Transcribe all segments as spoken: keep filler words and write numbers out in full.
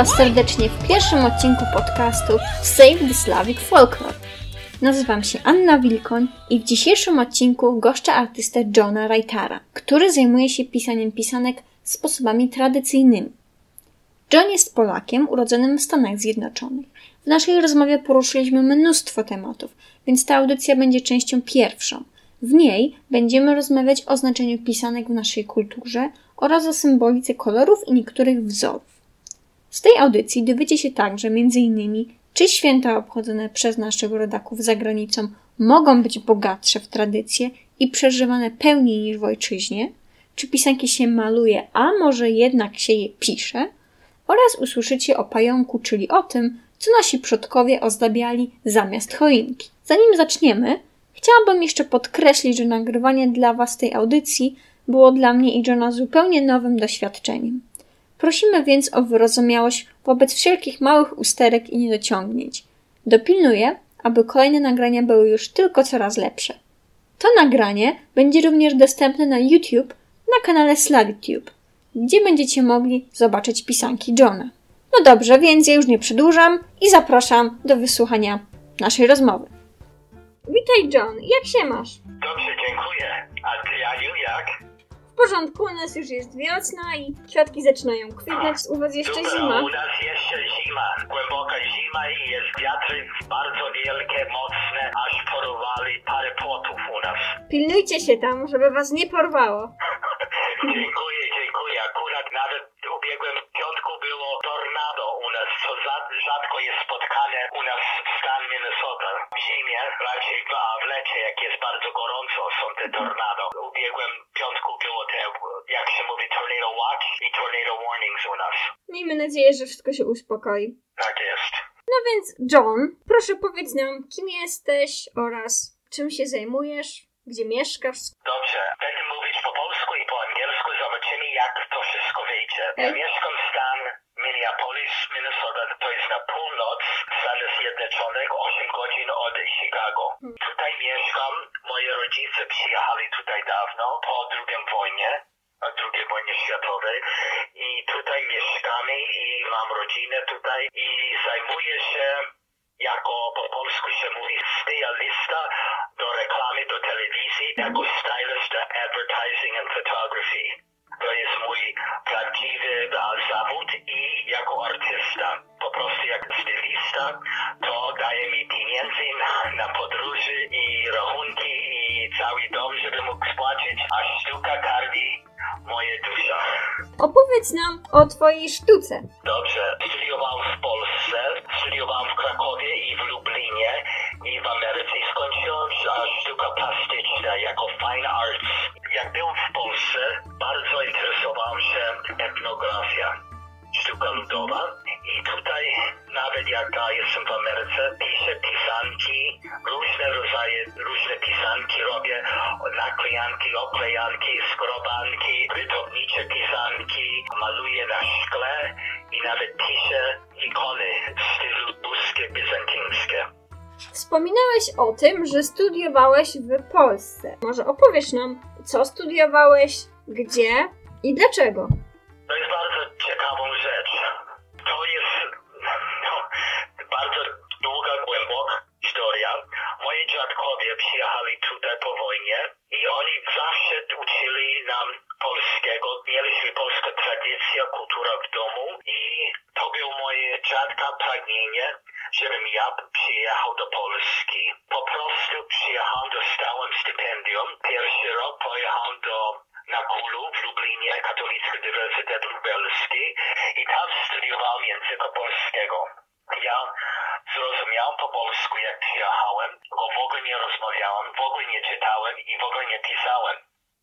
Was serdecznie w pierwszym odcinku podcastu Save the Slavic Folklore. Nazywam się Anna Wilkoń i w dzisiejszym odcinku goszczę artystę Johna Reitara, który zajmuje się pisaniem pisanek sposobami tradycyjnymi. John jest Polakiem urodzonym w Stanach Zjednoczonych. W naszej rozmowie poruszyliśmy mnóstwo tematów, więc ta audycja będzie częścią pierwszą. W niej będziemy rozmawiać o znaczeniu pisanek w naszej kulturze oraz o symbolice kolorów i niektórych wzorów. Z tej audycji dowiecie się także między innymi, czy święta obchodzone przez naszych rodaków za granicą mogą być bogatsze w tradycje i przeżywane pełniej niż w ojczyźnie, czy pisanki się maluje, a może jednak się je pisze, oraz usłyszycie o pająku, czyli o tym, co nasi przodkowie ozdabiali zamiast choinki. Zanim zaczniemy, chciałabym jeszcze podkreślić, że nagrywanie dla Was tej audycji było dla mnie i Johna zupełnie nowym doświadczeniem. Prosimy więc o wyrozumiałość wobec wszelkich małych usterek i niedociągnięć. Dopilnuję, aby kolejne nagrania były już tylko coraz lepsze. To nagranie będzie również dostępne na YouTube na kanale SlaviTube, gdzie będziecie mogli zobaczyć pisanki Johna. No dobrze, więc ja już nie przedłużam i zapraszam do wysłuchania naszej rozmowy. Witaj John, jak się masz? Dobrze, dziękuję. A ty, Aniu, jak? W porządku, u nas już jest wiosna i kwiatki zaczynają kwitnąć, u was jeszcze Super, zima. u nas jeszcze zima, głęboka zima i jest wiatry bardzo wielkie, mocne, aż porwali parę płotów u nas. Pilnujcie się tam, żeby was nie porwało. Dziękuję, dziękuję. Akurat nawet w ubiegłym piątku było tornado u nas, co za- rzadko jest spotkane u nas w stan Minnesota. W zimie, raczej w, a w lecie, jak jest bardzo gorąco, są te tornado. W ubiegłym piątku było te, jak się mówi, tornado watch i tornado warnings u nas. Miejmy nadzieję, że wszystko się uspokoi. Tak jest. No więc John, proszę powiedz nam, kim jesteś oraz czym się zajmujesz, gdzie mieszkasz. Dobrze, będę mówić po polsku i po angielsku, zobaczymy jak to wszystko wyjdzie. Ja mieszkam w stan Minneapolis, Minnesota, to jest na północ Stanów Zjednoczonych, osiem godzin od Chicago. Tutaj mieszkam, moi rodzice przyjechali tutaj dawno, po drugiej wojnie, drugiej wojnie światowej i tutaj mieszkamy i mam rodzinę tutaj i zajmuję się, jako po polsku się mówi, stylista do reklamy, do telewizji, jako stylist do advertising and photography. To jest mój prawdziwy zawód i jako artysta. Po prostu jak stylista to daje mi pieniędzy na, na podróże i rachunki i cały dom, żeby mógł spłacić, a sztuka karmi moje dusza. Opowiedz nam o twojej sztuce. Dobrze, studiowałem w Polsce, studiowałem w Krakowie i w Lublinie i w Ameryce skończyłem sztuka plastyczna jako fine arts. Jak byłem w Polsce, bardzo interesowałem się etnografia, sztuka ludowa i tutaj nawet jak jestem w Ameryce, piszę pisanki, różne rodzaje, różne pisanki robię, naklejanki, oklejanki, skrobanki, rytownicze pisanki, maluję na szkle i nawet piszę ikony w stylu buskie, bizantyńskie. Wspominałeś o tym, że studiowałeś w Polsce. Może opowiesz nam, co studiowałeś, gdzie i dlaczego? To jest bardzo ciekawą rzecz. To jest no, bardzo długa, głęboka historia. Moi dziadkowie przyjechali tutaj po wojnie i oni zawsze uczyli nam polskiego. Mieliśmy polską tradycję, kulturę w domu i to było moje dziadka pragnienie, żebym ja przyjechał do Polski. Po prostu przyjechałem, dostałem stypendium. Pierwszy rok pojechałem do na Kulu w Lublinie, Katolicki Uniwersytet Lubelski i tam studiowałem języka polskiego. Ja zrozumiałem po polsku jak przyjechałem, bo w ogóle nie rozmawiałem, w ogóle nie czytałem i w ogóle nie pisałem.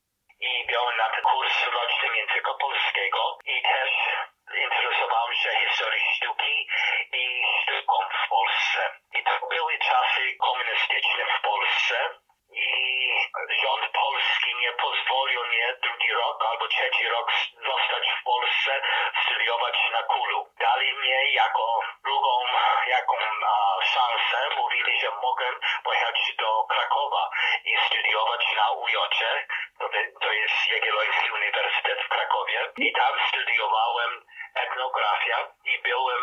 I byłem na ten kurs rocznym języka polskiego i też interesowałem się historią sztuki i sztuką w Polsce. I to były czasy komunistyczne w Polsce. I rząd polski nie pozwolił mnie drugi rok albo trzeci rok zostać w Polsce, studiować na Kulu. Dali mnie jako drugą jaką a, szansę, mówili, że mogę pojechać do Krakowa i studiować na U J C, to, to jest Jagielloński Uniwersytet w Krakowie. I tam studiowałem etnografię i byłem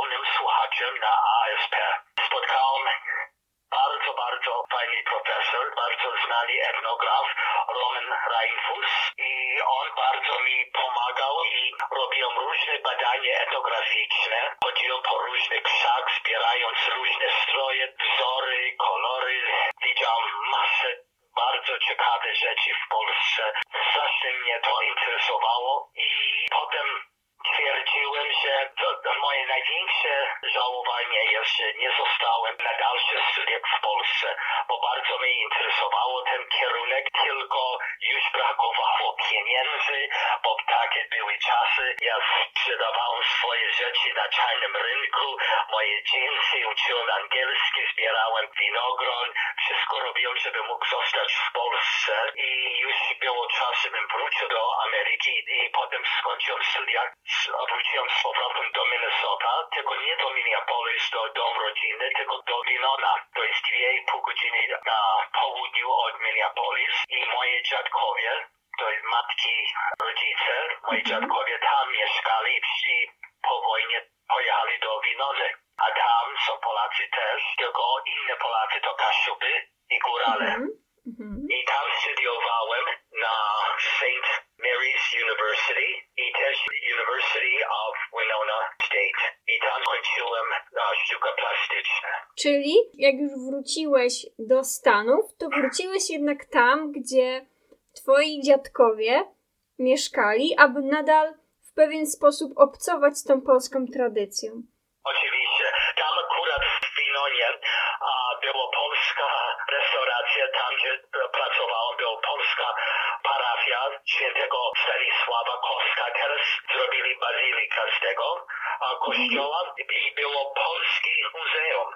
szkolnym słuchaczem na A S P. Spotkałem bardzo, bardzo fajny profesor, bardzo znany etnograf Roman Reinfuss i on bardzo mi pomagał i robiłem różne badania etnograficzne. Chodziłem po różnych wsiach, zbierając różne stroje, wzory, kolory. Widziałem masę bardzo ciekawe rzeczy w Polsce. Zawsze mnie to interesowało i potem twierdziłem, że to, to moje największe żałowanie jest, że nie zostałem na dalsze studia w Polsce, bo bardzo mnie interesowało ten kierunek, tylko już brakowało pieniędzy, bo takie były czasy. Ja sprzedawałem swoje rzeczy na czarnym rynku, moje dżinsy, uczyłem angielski, zbierałem winogron, wszystko robiłem, żeby mógł zostać w Polsce i już było czas, żebym wrócił do Ameryki i potem skończyłem studia. Wróciłem z powrotem do Minnesota, tylko nie do Minneapolis, do domu rodziny, tylko do Winona. To jest dwie i pół godziny na południu od Minneapolis i moje dziadkowie, to jest matki, rodzice, moi dziadkowie tam mieszkali i po wojnie pojechali do Winony. A tam są Polacy też, tylko inne Polacy to Kaszuby i Górale. Mm-hmm. I tam studiowałem na Saint Mary's University i też University of Winona State. I tam kończyłem uh, sztuka plastyczna. Czyli jak już wróciłeś do Stanów, to wróciłeś jednak tam, gdzie twoi dziadkowie mieszkali, aby nadal w pewien sposób obcować z tą polską tradycją. Oczywiście. Tam akurat w Winonie a, była polska restauracja, tam gdzie pracowałem, była polska parafia świętego Stanisława Kostka. Teraz zrobili bazylikę z tego a, kościoła i było polskie muzeum.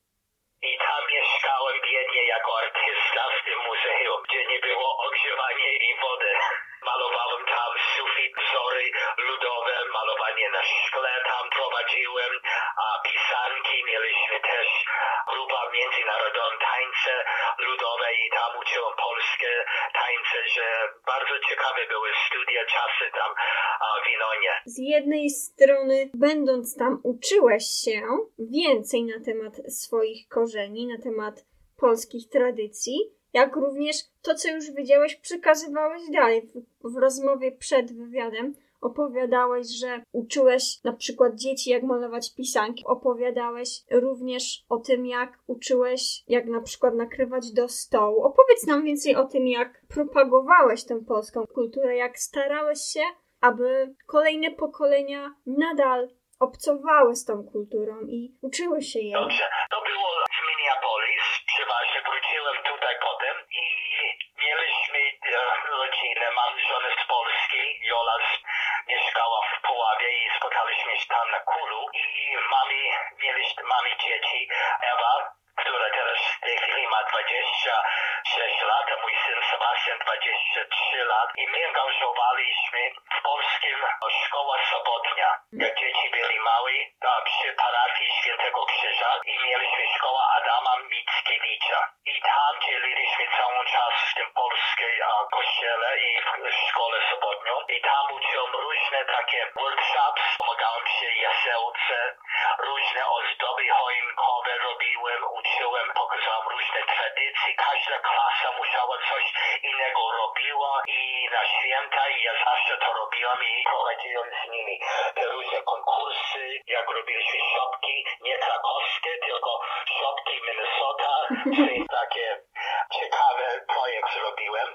I tam mieszkałem biednie jako artysta w tym muzeum, gdzie nie było ogrzewania i wody. Malowałem tam sufit, wzory ludowe, malowanie na szkle tam prowadziłem, a pisanki, mieliśmy też grupa międzynarodowa tańce ludowe i tam uczyłem polskie tańce, że bardzo ciekawe były studia, czasy tam a, w Winonie. Z jednej strony, będąc tam, uczyłeś się więcej na temat swoich korzeni, na temat polskich tradycji, jak również to, co już wiedziałeś, przekazywałeś dalej. W, w rozmowie przed wywiadem opowiadałeś, że uczyłeś na przykład dzieci, jak malować pisanki. Opowiadałeś również o tym, jak uczyłeś, jak na przykład nakrywać do stołu. Opowiedz nam więcej o tym, jak propagowałeś tę polską kulturę, jak starałeś się, aby kolejne pokolenia nadal obcowały z tą kulturą i uczyły się jej. Dobrze, to było w Minneapolis, przeważnie wróciłem tutaj potem i mieliśmy e, rodzinę, mam żonę z Polski, Jola mieszkała w Puławie i spotkaliśmy się tam na Kulu i mamy, mieliśmy, mamy dzieci, Ewa, która teraz w tej chwili ma dwadzieścia sześć lat, a mój syn Sebastian dwadzieścia trzy lat i my angażowaliśmy w polskim szkoła sobotnia. Jak dzieci byli małe, przy parafii Świętego Krzyża i mieliśmy szkoła Adama Mickiewicza. I tam dzieliliśmy cały czas w tym polskim kościele i w szkole sobotnią. I tam uczyłem różne takie workshops, pomagałem przy jasełce, różne ozdoby choinkowe robiłem, uczyłem, pokazałem różne tradycje. Każda klasa musiała coś innego robiła i na święta i ja zawsze to robiłem i prowadziłem z nimi te różne konkursy, jak robiliśmy szopki, nie krakowskie, tylko szopki Minnesota, czyli takie ciekawe projekt zrobiłem,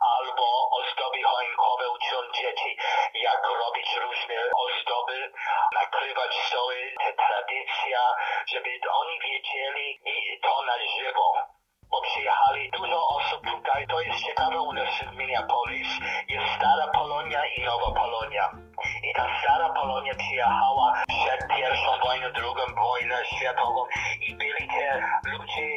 albo ozdoby choinkowe uczyłem dzieci, jak robić różne ozdoby, nakrywać stoły, te tradycja, żeby oni wiedzieli i to na żywo. Bo przyjechali dużo osób tutaj, to jest ciekawe u nas w Minneapolis, jest stara Polonia i nowa Polonia. I ta stara Polonia przyjechała przed pierwszą wojną, drugą wojną światową i byli te ludzie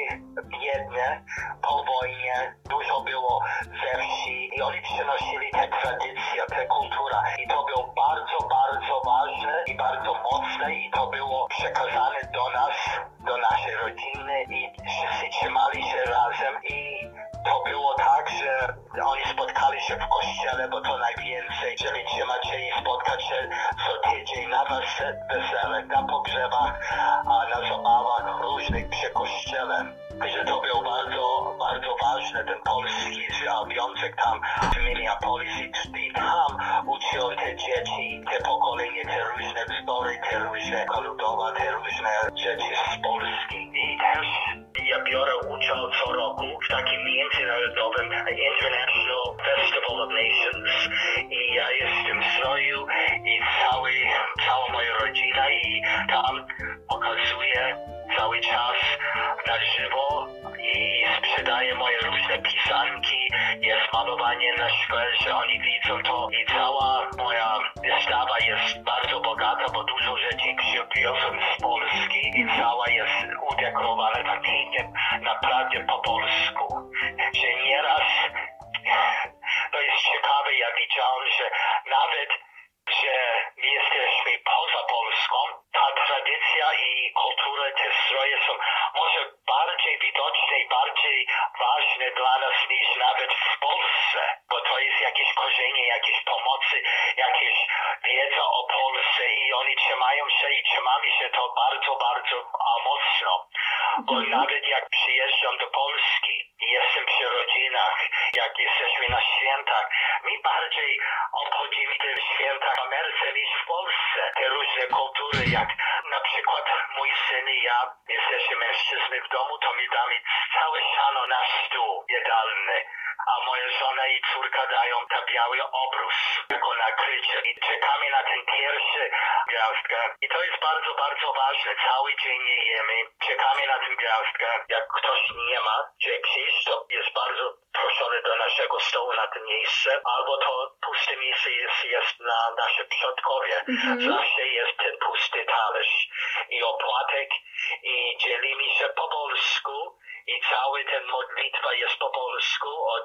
biedne po wojnie, dużo było ze wsi i oni przynosili te tradycje, te kultura i to było bardzo, bardzo ważne i bardzo mocne i to było przekazane do nas, do naszej rodziny i wszyscy trzymali się razem i to było tak, że oni spotkali się w kościele, bo to najwięcej, czyli chcieli spotkać się co tydzień na weselach, na pogrzebach, a na zabawach różnych przy kościele. Że to był bardzo, bardzo ważny ten polski związek tam w Minneapolis i tam uczył te dzieci, te pokolenie, te różne wzbory, te różne ludowe, te różne rzeczy z Polski. I też ja biorę udział co roku w takim międzynarodowym International Festival of Nations i ja jestem w stroju i cały, cała moja rodzina i tam pokazuję cały czas na żywo i sprzedaję moje różne pisanki, jest malowanie na szkle, że oni widzą to i cała moja wystawa jest bardzo bogata, bo dużo rzeczy przywiozłem z Polski i cała jest udekorowana tak pięknie, naprawdę po polsku, że nieraz to jest ciekawe, ja widziałem, że nawet że my jesteśmy poza Polską, ta tradycja i kultura, te stroje są może bardziej widoczne i bardziej ważne dla nas niż nawet w Polsce, bo to jest jakieś korzenie, jakieś pomocy, jakieś wiedza o Polsce i oni trzymają się i trzymamy się to bardzo, bardzo a mocno. Bo mhm. nawet jak przyjeżdżam do Polski i jestem przy rodzinach, jak jesteśmy na świętach, my bardziej obchodzimy te święta w Ameryce niż w Polsce. Te różne kultury, jak na przykład mój syn i ja jesteśmy mężczyzny w domu, to my damy całe siano na stół jadalny, a moja żona i córka dają ta biały obrus jako nakrycie i czekamy na ten pierwszy gwiazdkę. I to jest bardzo, bardzo ważne. Cały dzień nie jemy, czekamy na tę gwiazdkę. Jak ktoś nie ma, że przyjść, to jest bardzo proszony do naszego stołu na to miejsce, albo to puste miejsce jest, jest na nasze przodkowie. Mm-hmm. Zawsze jest ten pusty talerz i opłatek i dzielimy się po polsku i cały ten modlitwa jest po polsku od,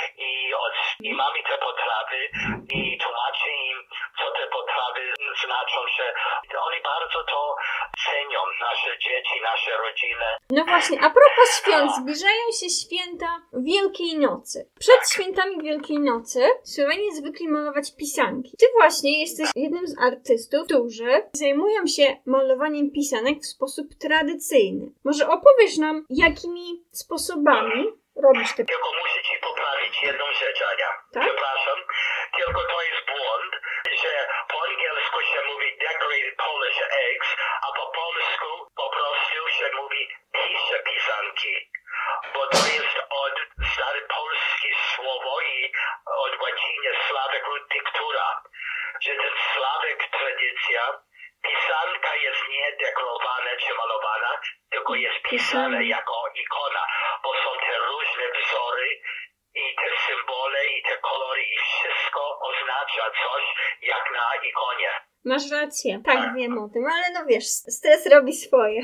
i, od, i mamy te potrawy i tłumaczę im, co te potrawy znaczą, że oni bardzo to cenią, nasze dzieci, nasze rodziny. No właśnie, a propos świąt, zbliżają się święta Wielkiej Nocy. Przed świętami Wielkiej Nocy Słowenie zwykli malować pisanki. Ty właśnie jesteś jednym z artystów, którzy zajmują się malowaniem pisanek w sposób tradycyjny. Może opowiesz nam, jakimi sposobami robisz te... Tylko muszę ci poprawić jedną rzecz, Ania. Tak? Przepraszam, tylko to jest błąd, że po angielsku się mówi decorated Polish eggs, a po polsku po prostu się mówi pisze pisanki. Bo to jest od stare polskie słowo i od łacinie Slavek lub dyktura, że ten Slavek tradycja, pisanka jest nie dekorowana czy malowana, tylko jest pisana jako ikona, bo są te różne wzory i te symbole i te kolory i wszystko oznacza coś jak na ikonie. Masz rację, tak, tak wiem o tym, ale no wiesz, stres robi swoje.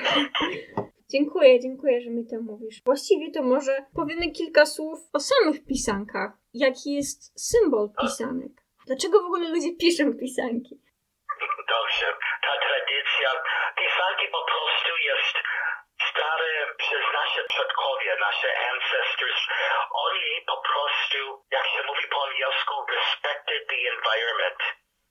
Dziękuję, dziękuję, że mi to mówisz. Właściwie to może powiemy kilka słów o samych pisankach. Jaki jest symbol pisanek? Dlaczego w ogóle ludzie piszą pisanki? Dobrze, ta tradycja, pisanki po prostu jest stare przez nasze przodkowie, nasze ancestors. Oni po prostu, jak się mówi po angielsku, respected the environment.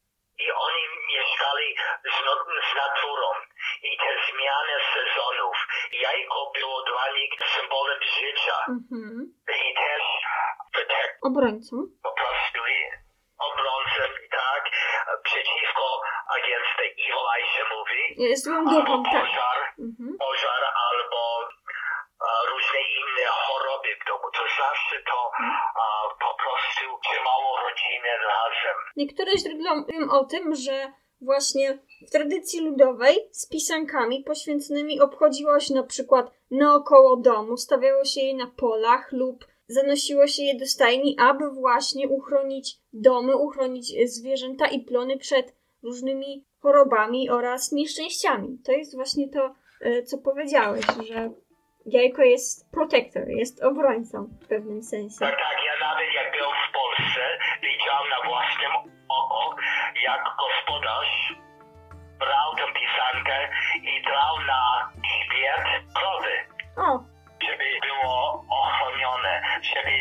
I oni mieszkali z, z naturą i te zmiany sezonów. Jajko było dla nich symbolem życia. Mm-hmm. I też protect. Obrońcą. Po prostu obrońcą, tak, przeciwko against the evil eye się mówi. Złym duchom, tak. Pożar, mm-hmm. pożar albo a, różne inne choroby w domu. To zawsze to a, po prostu trzymało rodzinę razem. Niektóre źródła mówią o tym, że właśnie w tradycji ludowej z pisankami poświęconymi obchodziło się na przykład naokoło domu, stawiało się je na polach lub zanosiło się je do stajni, aby właśnie uchronić domy, uchronić zwierzęta i plony przed różnymi chorobami oraz nieszczęściami. To jest właśnie to, co powiedziałeś, że jajko jest protector, jest obrońcą w pewnym sensie. Tak, tak, ja nawet jak był w Polsce, widziałem na własnym oko, jak gospodarz brał tę pisankę i brał na śmierć krowy. O. Żeby było ochronione, żeby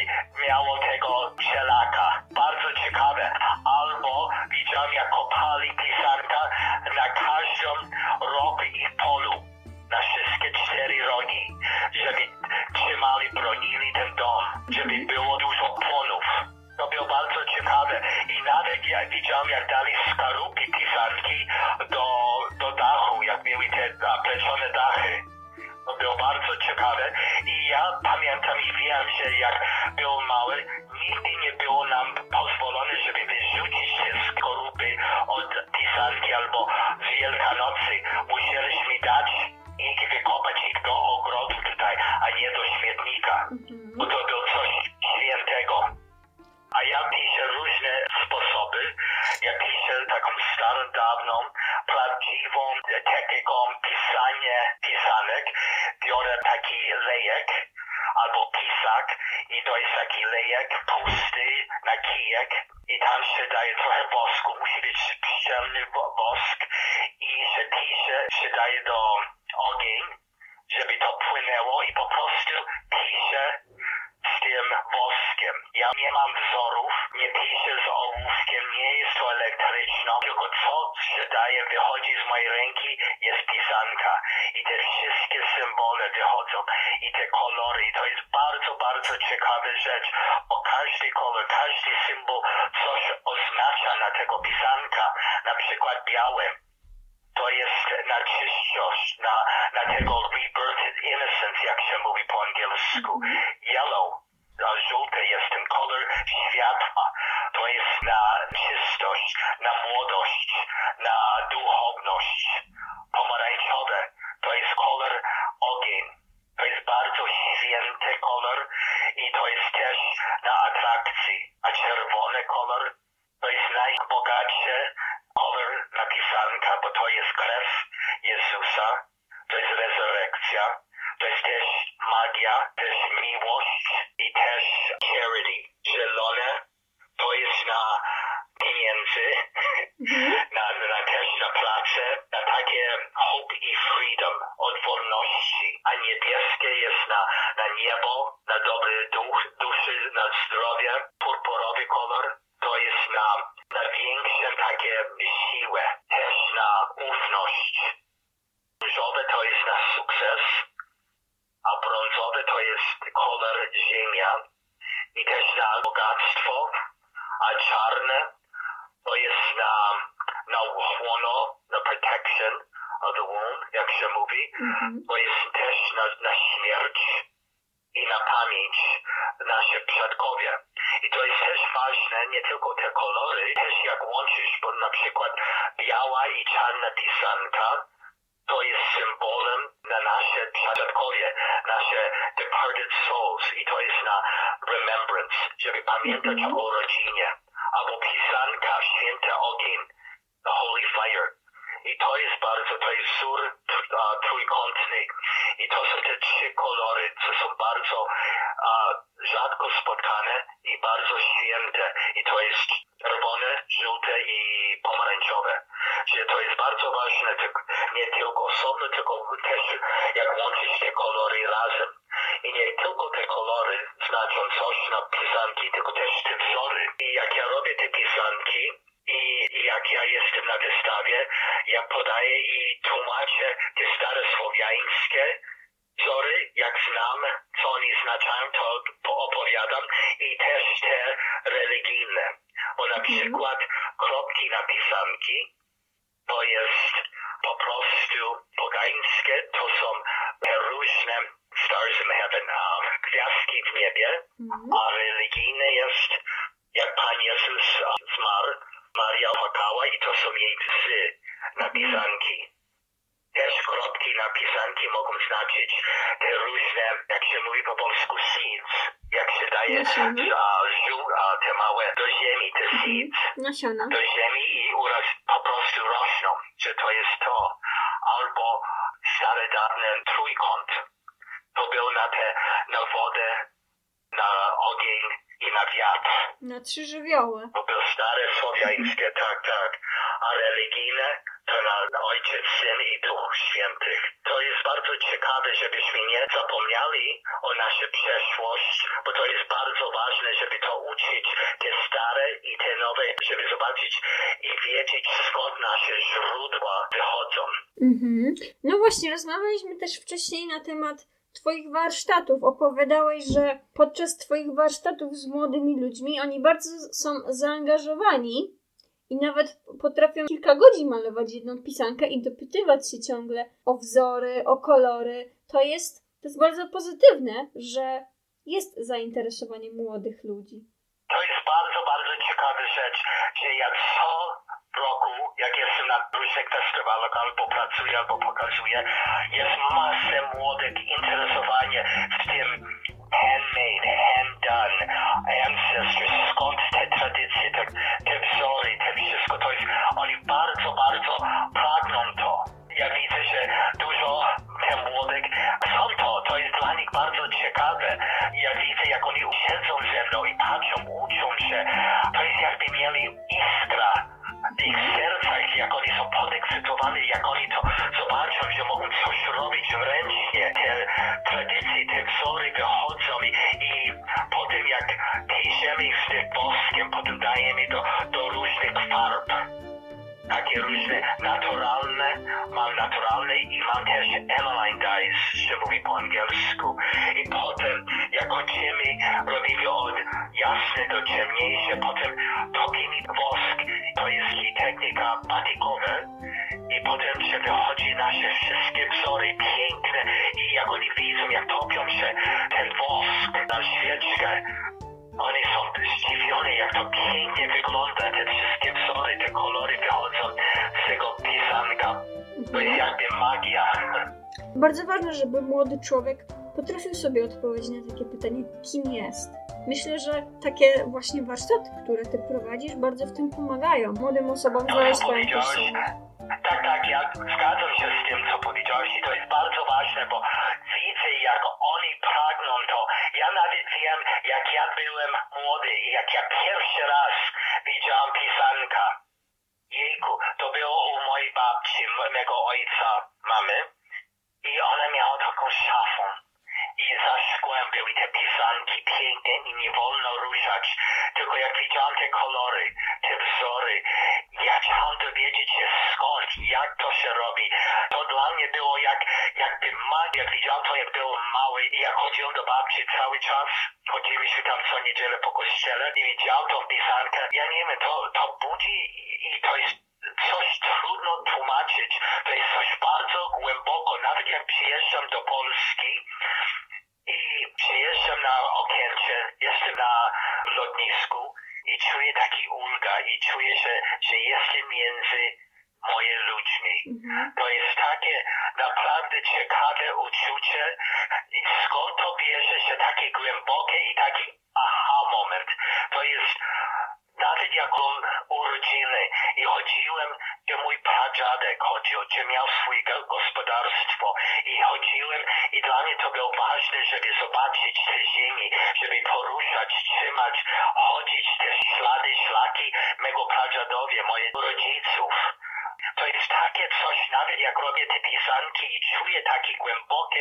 I ja pamiętam i wiem, że jak był mały, nigdy nie było nam pozwolone, żeby wyrzucić te skorupy od pisanki albo z Wielkanocy. Musieliśmy dać ich, wykopać ich do ogrodu tutaj, a nie do śmietnika. Bo to było coś świętego. A ja piszę różne sposoby. Ja piszę taką starą, dawną, prawdziwą techniką pisania pisanek. Biorę taki lejek albo pisak i to jest taki lejek pusty na kijek i tam się daje trochę wosku. Musi być szczelny wosk i się pisze, się daje do ogień, żeby to płynęło i po prostu piszę z tym woskiem. Ja nie mam wzorów, nie piszę z ołówkiem, nie jest to elektryczne, tylko co się daje, wychodzi z mojej ręki, jest pisanka. I te wszystkie symbole wychodzą i te kolory. I to jest bardzo, bardzo ciekawa rzecz, bo każdy kolor, każdy symbol coś oznacza na tego pisanka. Na przykład białe. To jest na czystość, na, na tego rebirth innocence, jak się mówi po angielsku. Yellow, żółty jest ten kolor światła. To jest na czystość, na młodość, na duchowność. Pomarańczowe, to jest kolor ogień. To jest bardzo święty kolor i to jest też na atrakcji. A czerwony kolor to jest najbogatszy kolor na pisanka, bo to jest krew Jezusa, to jest rezurekcja, to jest też magia, też miłość i też charity. Zielone to jest na pieniędzy, na, na też na pracę, na takie hope i freedom od wolności. A niebieskie jest na, na niebo, na dobry duch, duszy, na zdrowie. Purpurowy kolor to jest na, na większą takie siłę, też na ufność. Różowe to jest na sukces, a brązowy to jest kolor ziemia i też na bogactwo, a czarne to jest na, na ochłono, na protection of the womb, jak się mówi. Mm-hmm. To jest też na, na śmierć i na pamięć nasze przodkowie. I to jest też ważne, nie tylko te kolory, też jak łączysz, bo na przykład biała i czarna pisanka, to jest symbolem na nasze przodkowie, nasze departed souls i to jest na remembrance, żeby pamiętać mm-hmm. o rodzinie. Albo pisanka, święty ogień, the holy fire. I to jest bardzo, to jest wzór uh, trójkątny. I to są te trzy kolory, co są bardzo uh, rzadko spotkane i bardzo święte. I to jest czerwone, żółte i pomarańczowe. Czyli to jest bardzo ważne, nie tylko osobno, tylko też jak łączyć te kolory razem. I nie tylko te kolory znaczą coś na pisanki, tylko też te wzory. I jak ja robię te pisanki, I jak ja jestem na wystawie, ja podaję i tłumaczę te stare słowiańskie wzory, jak znam, co oni znaczają, to opowiadam i też te religijne. Bo na przykład kropki na pisanki to jest po prostu pogańskie, to są różne stars in heaven, um, gwiazdki w niebie, a religijne jest, jak Pan Jezus zmarł, Maria płakała i to są jej psy na pisanki. Też kropki na pisanki mogą znaczyć te różne, jak się mówi po polsku, seeds. Jak się daje ziół, te małe do ziemi, te seeds. Nasiona. Do ziemi i uraz po prostu rosną, że to jest to. Albo stary dawny trójkąt. To był na te, na wodę, na ogień i na wiatr. Na trzy żywioły. To były stare słowiańskie, tak, tak. A religijne to na Ojciec, Syn i Duch Świętych. To jest bardzo ciekawe, żebyśmy nie zapomnieli o naszej przeszłości, bo to jest bardzo ważne, żeby to uczyć te stare i te nowe, żeby zobaczyć i wiedzieć, skąd nasze źródła wychodzą. Mhm. No właśnie, rozmawialiśmy też wcześniej na temat Twoich warsztatów. Opowiadałeś, że podczas Twoich warsztatów z młodymi ludźmi oni bardzo są zaangażowani i nawet potrafią kilka godzin malować jedną pisankę i dopytywać się ciągle o wzory, o kolory. To jest To jest bardzo pozytywne, że jest zainteresowanie młodych ludzi. To jest bardzo, bardzo ciekawa rzecz, że jak co roku, jak jestem na różnych festiwalach albo pracuję, albo pokazuję, jest masę młodych interesowania w tym handmade, hand done, ancestors, skąd te tradycje, te, te wzory, te wszystko, to jest, oni bardzo, bardzo pragną to. Ja widzę, że dużo te młodych są to, to jest dla nich bardzo ciekawe. Ja widzę, jak oni siedzą ze mną i patrzą, uczą się, to jest jakby mieli iskra w ich sercach, jak oni są podekscytowani, jak oni to zobaczą, że mogą coś robić ręcznie, te tradycje, te wzory wychodzą i, i potem jak piszemy z tym woskiem, potem dajemy do, do różnych farb. Takie różne naturalne, mam naturalne i mam też aniline dyes, się mówi po angielsku. I potem jak kończymy, robimy od jasne do ciemniejsze, potem topimy wosk, to jest technika batikowa. I potem się wychodzi nasze wszystkie wzory piękne i jak oni widzą, jak topią się ten wosk na świeczkę, oni są zdziwione, jak to pięknie wygląda, te wszystkie wzory, te kolory wychodzą z tego pisanka. To jest jakby magia. Bardzo ważne, żeby młody człowiek potrafił sobie odpowiedzieć na takie pytanie, kim jest. Myślę, że takie właśnie warsztaty, które ty prowadzisz, bardzo w tym pomagają młodym osobom znaleźć swoją personę. Tak, tak, ja zgadzam się z tym, co powiedziałeś i to jest bardzo ważne, bo widzę, jak oni pragną to. Ja nawet wiem, jak ja byłem młody i jak ja pierwszy raz widziałem pisanka. Jejku, to było u mojej babci, mego ojca, mamy i ona miała taką szafę. I za szkłem były te pisanki piękne i nie wolno ruszać. Tylko jak widziałem te kolory, te wzory, ja chciałem dowiedzieć się skąd, jak to się robi. To dla mnie było jak, jakby magia. Jak widziałem to, jak był mały i jak chodziłem do babci cały czas, chodziliśmy tam co niedzielę po kościele i widziałem tą pisankę. Ja nie wiem, to, to budzi i to jest coś trudno tłumaczyć. To jest coś bardzo głęboko. Nawet jak przyjeżdżam do Polski, i przyjeżdżam na Okęcie, jestem na lotnisku i czuję taki ulga i czuję, że, że jestem między moimi ludźmi. Mm-hmm. To jest takie naprawdę ciekawe uczucie i skąd to bierze się takie głębokie i taki aha moment. To jest nawet jak on urodziny i chodziłem, gdzie mój pradziadek chodził, gdzie miał swoje gospodarstwo i chodziłem i dla mnie to było ważne, żeby zobaczyć te ziemi, żeby poruszać, trzymać, chodzić te ślady, szlaki mego pradziadowie, moich rodziców. To jest takie coś, nawet jak robię te pisanki i czuję takie głębokie,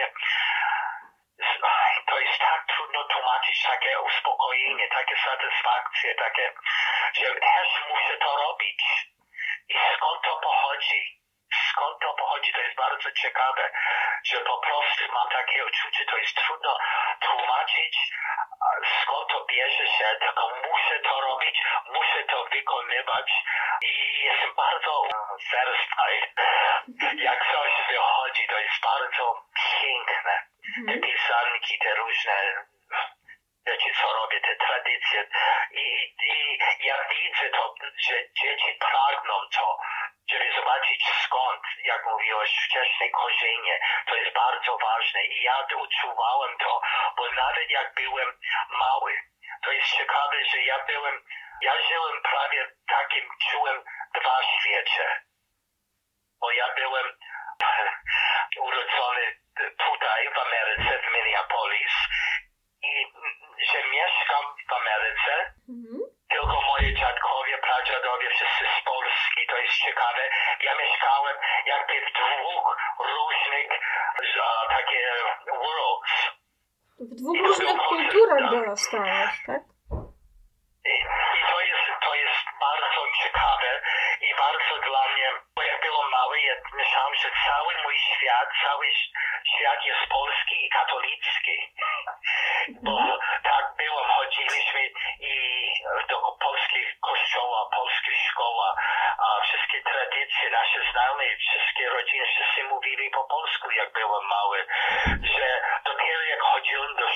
to jest tak trudno tłumaczyć, takie uspokojenie, takie satysfakcje, takie, że też muszę to robić. I skąd to pochodzi? Skąd to pochodzi? To jest bardzo ciekawe, że po prostu mam takie uczucie, to jest trudno tłumaczyć, skąd to bierze się, tylko muszę to robić, muszę to wykonywać i jestem bardzo satisfied, jak coś wychodzi, to jest bardzo piękne. Te pisanki, te różne rzeczy, co robię, te tradycje i, i ja widzę to, że dzieci pragną to, żeby zobaczyć skąd, jak mówiłeś wcześniej, korzenie, to jest bardzo ważne i ja odczuwałem to, bo nawet jak byłem mały, to jest ciekawe, że ja byłem, ja żyłem prawie takim, czułem dwa świecie, bo ja byłem urodzony tutaj w Ameryce, w Minneapolis i że mieszkam w Ameryce, mm-hmm. tylko moje dziadkowie, pradziadowie, wszyscy z Polski, to jest ciekawe. Ja mieszkałem jakby w dwóch różnych uh, takie worlds. W dwóch różnych kulturach dorastałeś, tak? I, I to jest, to jest bardzo ciekawe i bardzo dla mnie, bo jak byłem mały, ja myślałem, że cały mój świat, cały świat jest polski i katolicki. Bo tak było, chodziliśmy i do polskich kościoła, polskich szkoła, a wszystkie tradycje, nasze znajomi, wszystkie rodziny, wszyscy mówili po polsku, jak byłem mały, że do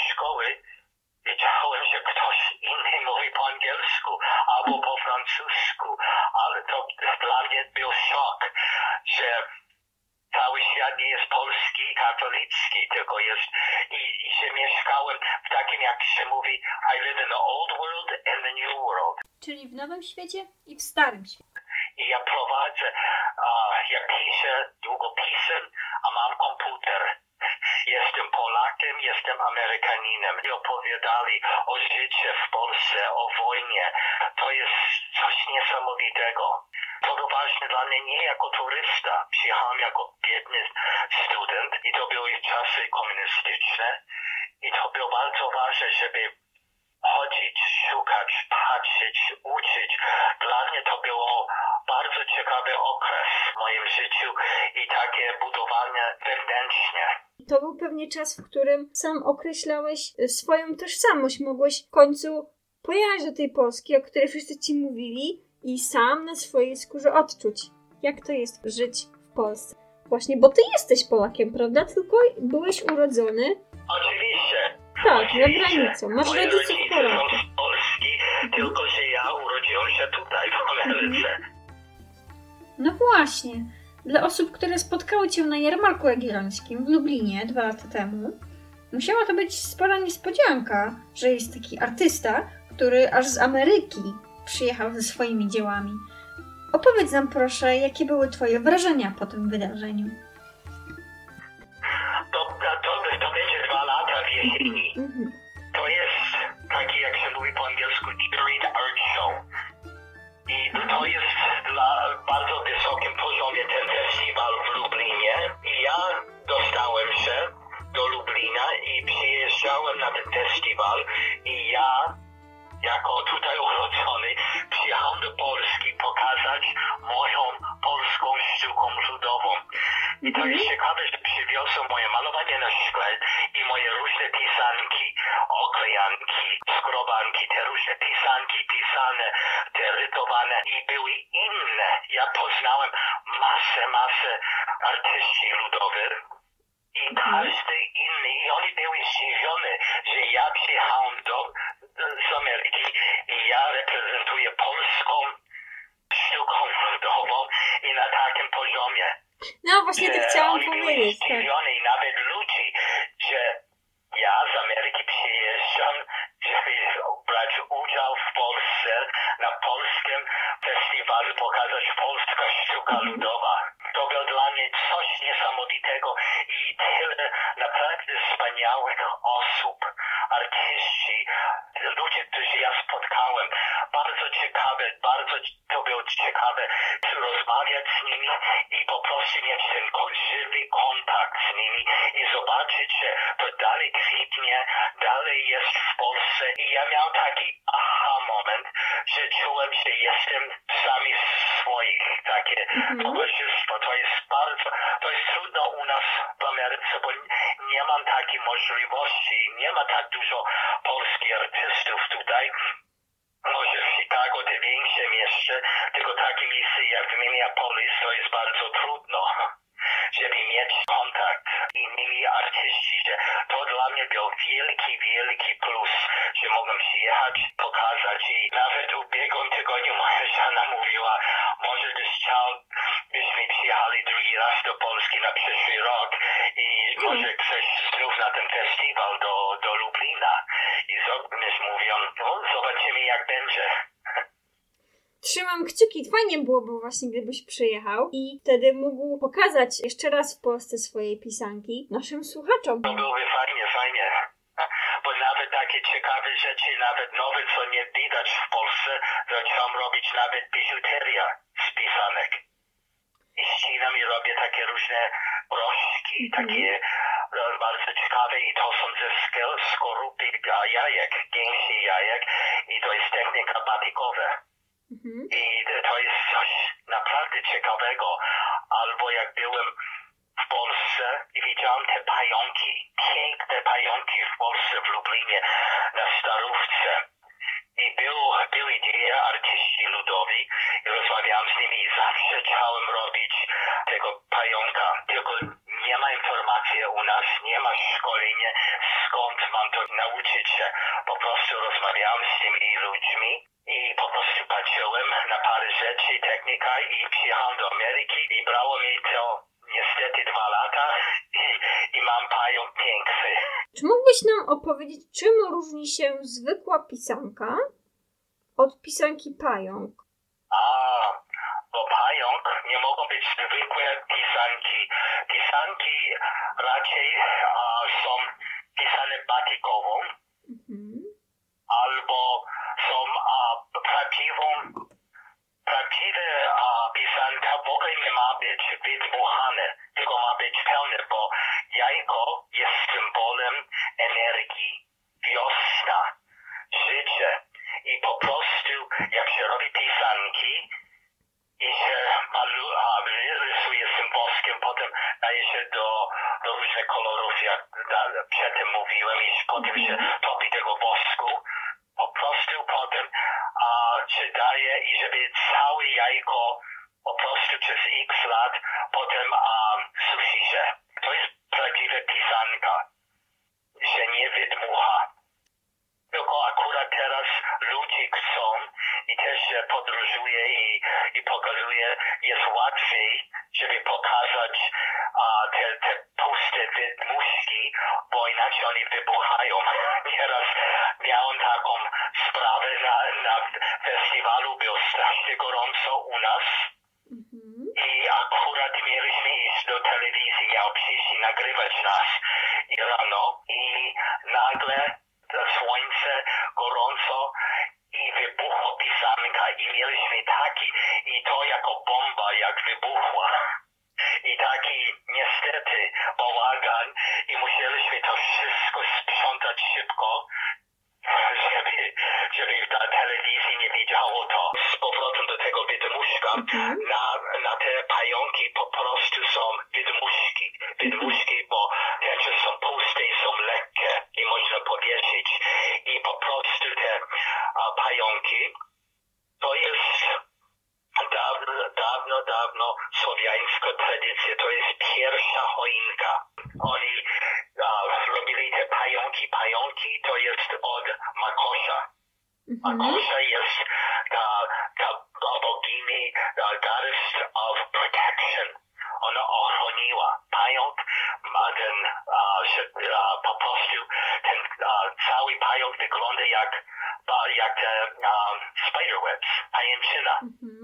szkoły, wiedziałem, że ktoś inny mówi po angielsku albo po francusku, ale to dla mnie był szok, że cały świat nie jest polski, katolicki, tylko jest i, i że mieszkałem w takim, jak się mówi, I live in the old world and the new world. Czyli w Nowym Świecie i w Starym Świecie. I ja prowadzę, uh, ja piszę długopisem, a mam komputer. Jestem Polakiem, jestem Amerykaninem. I opowiadali o życiu w Polsce, o wojnie. To jest coś niesamowitego. To było ważne dla mnie nie jako turysta. Przyjechałem jako biedny student i to były czasy komunistyczne. I to było bardzo ważne, żeby chodzić, szukać, patrzeć, uczyć. Dla mnie to było bardzo ciekawy okres w moim życiu i takie budowanie wewnętrzne. To był pewnie czas, w którym sam określałeś swoją tożsamość. Mogłeś w końcu pojechać do tej Polski, o której wszyscy ci mówili i sam na swojej skórze odczuć, jak to jest żyć w Polsce. Właśnie, bo ty jesteś Polakiem, prawda? Tylko byłeś urodzony... Oczywiście. Tak, Oczywiście. za granicą. Masz Moje rodziców rodzice Polaków. są z Polski, tylko że ja urodziłem się tutaj, w Ameryce. No właśnie. Dla osób, które spotkały cię na jarmarku jagiellońskim w Lublinie dwa lata temu, musiała to być spora niespodzianka, że jest taki artysta, który aż z Ameryki przyjechał ze swoimi dziełami. Opowiedz nam proszę, jakie były twoje wrażenia po tym wydarzeniu. To, to, to będzie dwa lata w jesieni. Mhm. To jest taki, jak się mówi po angielsku, street art show. I to jest na bardzo wysokim poziomie ten festiwal w Lublinie. I ja dostałem się do Lublina i przyjeżdżałem na ten festiwal. I ja, jako tutaj urodzony, przyjechałem do Polski pokazać moją polską sztuką ludową. I to jest ciekawe, że przywiozłem moje malowanie na szkle i moje różne pisanki, oklejanki, skrobanki, te różne pisanki pisane, te rytowane i były inne. Ja poznałem masę, masę artystów ludowych i każdy inny. I oni były zdziwione, że ja przyjechałem do, z Ameryki i ja reprezentuję polską sztuką ludową i na takim poziomie. No właśnie to chciałam oni powiedzieć. byli Tak. zdziwione i nawet ludzi, że ja z Ameryki przyjeżdżam, żeby brać udział w Polsce na polskim festiwalu, pokazać polska sztuka ludowa. To było dla mnie coś niesamowitego i tyle naprawdę wspaniałych osób, artyści, ludzie, którzy ja spotkałem. Bardzo ciekawe, bardzo to było ciekawe rozmawiać z nimi i po prostu mieć ten żywy kontakt z nimi i zobaczyć, że to dalej kwitnie, dalej jest w Polsce. I ja miałem taki aha moment, że czułem, że jestem sami swoich, takie Mhm. towarzystwo. To jest bardzo, to jest trudno u nas w Ameryce, bo nie mam takiej możliwości, nie ma tak dużo polskich artystów tutaj. Może w Chicago, te większe mieście, tylko takie miejsce jak w Minneapolis, to jest bardzo trudno, żeby mieć kontakt z innymi artyści, że to dla mnie był wielki, wielki plus, że mogłem przyjechać, pokazać i nawet w ubiegłym tygodniu moja żona mówiła, może byś chciał, byśmy przyjechali drugi raz do Polski na przyszły rok i może chcesz znów na ten festiwal do, do Lublina. I my mówią, no zobaczymy jak będzie. Trzymam kciuki. Fajnie byłoby właśnie, gdybyś przyjechał i wtedy mógł pokazać jeszcze raz w Polsce swoje pisanki naszym słuchaczom. To byłoby fajnie, fajnie. Bo nawet takie ciekawe rzeczy, nawet nowe, co nie widać w Polsce, zacząłem robić nawet biżuteria z pisanek. I ścinam i robię takie różne broszki, mm-hmm. takie e, bardzo ciekawe i to są ze skał, skorupy jajek, gęsi jajek i to jest technika batikowa. Mm-hmm. I to jest coś naprawdę ciekawego. Albo jak byłem w Polsce i widziałem te pająki, piękne pająki w Polsce, w Lublinie, na Starówce. I był, byli dwie artyści ludowi i rozmawiałem z nimi i zawsze chciałem robić tego pająka. Tylko nie ma informacji u nas, nie ma szkolenia, skąd mam to nauczyć się. Po prostu rozmawiałem z tymi ludźmi i po prostu patrzyłem na parę rzeczy, technika i przyjechałem do Ameryki i brało mi to niestety dwa lata i, i mam pająk piękny. Czy mógłbyś nam opowiedzieć, czym różni się zwykła pisanka od pisanki pająk? A, bo pająk nie mogą być zwykłe pisanki. Pisanki raczej a, są pisane batykową, mhm. albo są a, prawdziwą, prawdziwe a, pisanka w ogóle nie ma być wydmuchane, tylko ma być pełne, bo jajko jest symbolem energii, wiosna, życie. I po prostu jak się robi pisanki i się malu, a, rysuje z tym woskiem, potem daje się do, do różnych kolorów, jak da, przedtem mówiłem, i potem się topi tego wosku. Po prostu potem a, się daje i żeby całe jajko po prostu przez x lat potem a, sushi się. To jest prawdziwa pisanka, się nie wydmucha. Tylko akurat teraz ludzie chcą i też podróżuje i, i pokazuje, jest łatwiej, żeby pokazać a, te, te puste wydmuszki, bo inaczej oni wybuchają. Nieraz miałem taką sprawę na, na festiwalu, było strasznie gorąco u nas i akurat mieliśmy iść do telewizji, miał przyjść i nagrywać nas i rano i nagle słońce, gorąco i wybuchła pisanka i mieliśmy taki i to jako bomba jak wybuchła i taki niestety bałagan i musieliśmy to wszystko sprzątać szybko, żeby, żeby ta telewizja nie widziało to. Z powrotem do tego wydmuszka, mm-hmm. na, na te pająki po prostu są wydmuszki, wydmuszki, bo te są puste i są lekkie i można powiesić i po prostu te a, pająki to jest dawno, dawno, dawno słowiańska tradycja, to jest pierwsza choinka. Oni a, robili te pająki, pająki to jest od Makosza. Mm-hmm. Makosza jest ta, ta bogini, ta goddess of protection. Ona ochroniła. Pająk ma ten, a, się, a, po prostu ten a, cały pająk wygląda jak, a, jak te um, spiderwebs, pajęczyna. Mm-hmm.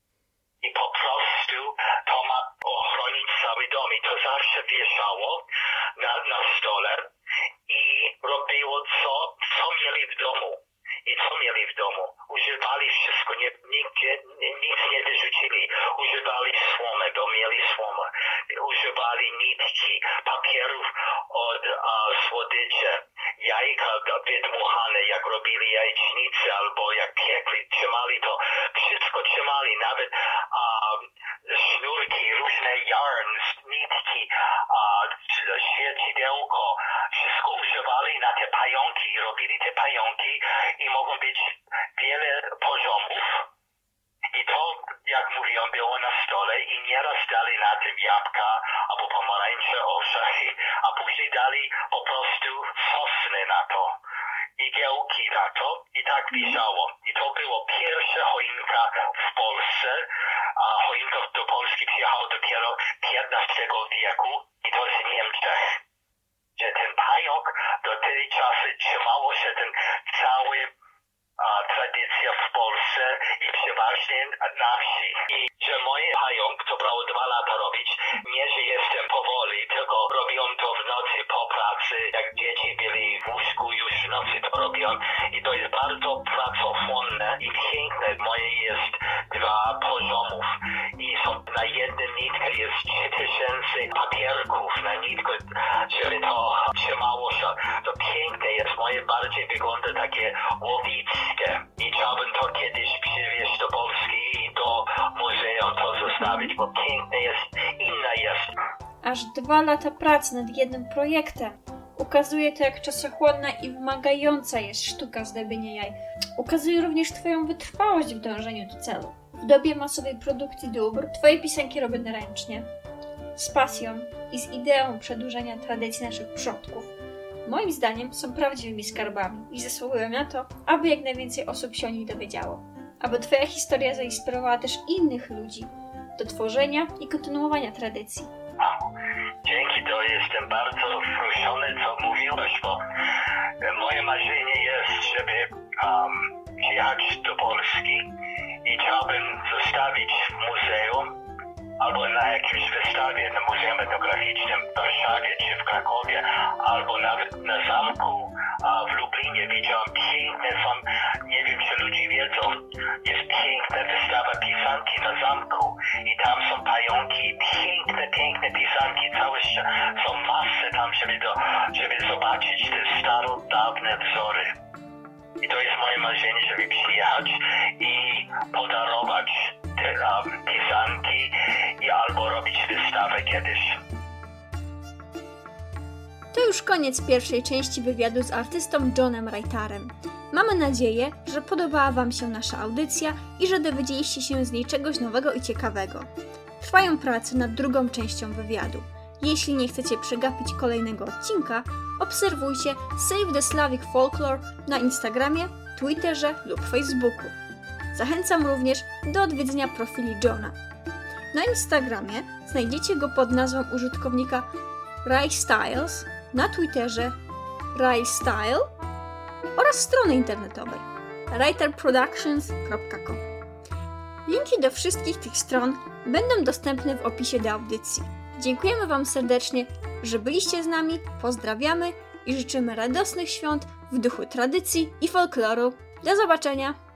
I po prostu to ma ochronić cały dom i to zawsze wieszało na, na stole i robiło co, co mieli w domu. I co mieli w domu? Używali wszystko, nie, nigdzie, nic nie wyrzucili. Używali słomy, bo mieli słomę. Używali nitki, papierów od a, słodycze, jajka wydmuchane, jak robili jajecznicy albo jak piekli, trzymali to. Wszystko trzymali, nawet a, sznurki, różne yarns, nitki, a, świecidełko. Wszystko używali na te pająki, robili te pająki i mogą być wiele poziomów. I to, jak mówiłem, było na stole i nieraz dali na tym jabłka albo pomarańcze, orzechy, a później dali po prostu sosny na to, igiełki na to i tak wieszało. I to było pierwsza choinka w Polsce, a choinka do Polski przyjechała dopiero piętnastego wieku i to z Niemczech. Że ten pająk do tej czasy trzymało się ten cały a, tradycja w Polsce i przeważnie na wsi. I że mój pająk to brało dwa lata robić, nie że jestem powoli, tylko robiłem to w nocy po pracy, jak dzieci byli w łóżku, już w nocy to robiłem. I to jest bardzo pracochłonne i piękne. Moje jest dwa poziomów i są na jedną nitkę jest trzy tysiące papierków na nitkę, żeby to trzymało się. To piękne jest, moje bardziej wygląda takie łowickie i chciałbym to kiedyś przywieźć do Polski i do muzeum to zostawić, bo piękne jest, inna jest. Aż dwa lata pracy nad jednym projektem. Ukazuje to, jak czasochłonna i wymagająca jest sztuka zdobienia jaj. Ukazuje również Twoją wytrwałość w dążeniu do celu. W dobie masowej produkcji dóbr Twoje pisanki robione ręcznie. z pasją i z ideą przedłużenia tradycji naszych przodków, moim zdaniem są prawdziwymi skarbami i zasługują na to, aby jak najwięcej osób się o nich dowiedziało. Aby Twoja historia zainspirowała też innych ludzi do tworzenia i kontynuowania tradycji. Dzięki, to jestem bardzo wzruszony, co mówiłeś, bo moje marzenie jest, żeby um, jechać do Polski i chciałbym zostawić w muzeum albo na jakimś wystawie na Muzeum Etnograficznym w Warszawie czy w Krakowie, albo nawet na zamku a w Lublinie. Widziałem piękne, są, nie wiem czy ludzie wiedzą, jest piękna wystawa pisanki na zamku i tam są pająki, piękne, piękne pisanki, całe są masy tam, żeby, do, żeby zobaczyć te starodawne wzory. I to jest moje marzenie, żeby przyjechać i podarować te um, pisanki i albo robić wystawę kiedyś. To już koniec pierwszej części wywiadu z artystą Johnem Reiterem. Mamy nadzieję, że podobała Wam się nasza audycja i że dowiedzieliście się z niej czegoś nowego i ciekawego. Trwają prace nad drugą częścią wywiadu. Jeśli nie chcecie przegapić kolejnego odcinka, obserwujcie Save the Slavic Folklore na Instagramie, Twitterze lub Facebooku. Zachęcam również do odwiedzenia profili Johna. Na Instagramie znajdziecie go pod nazwą użytkownika RaiStyles, na Twitterze RaiStyle oraz strony internetowej writer productions kropka com. Linki do wszystkich tych stron będą dostępne w opisie do audycji. Dziękujemy Wam serdecznie, że byliście z nami, pozdrawiamy i życzymy radosnych świąt w duchu tradycji i folkloru. Do zobaczenia!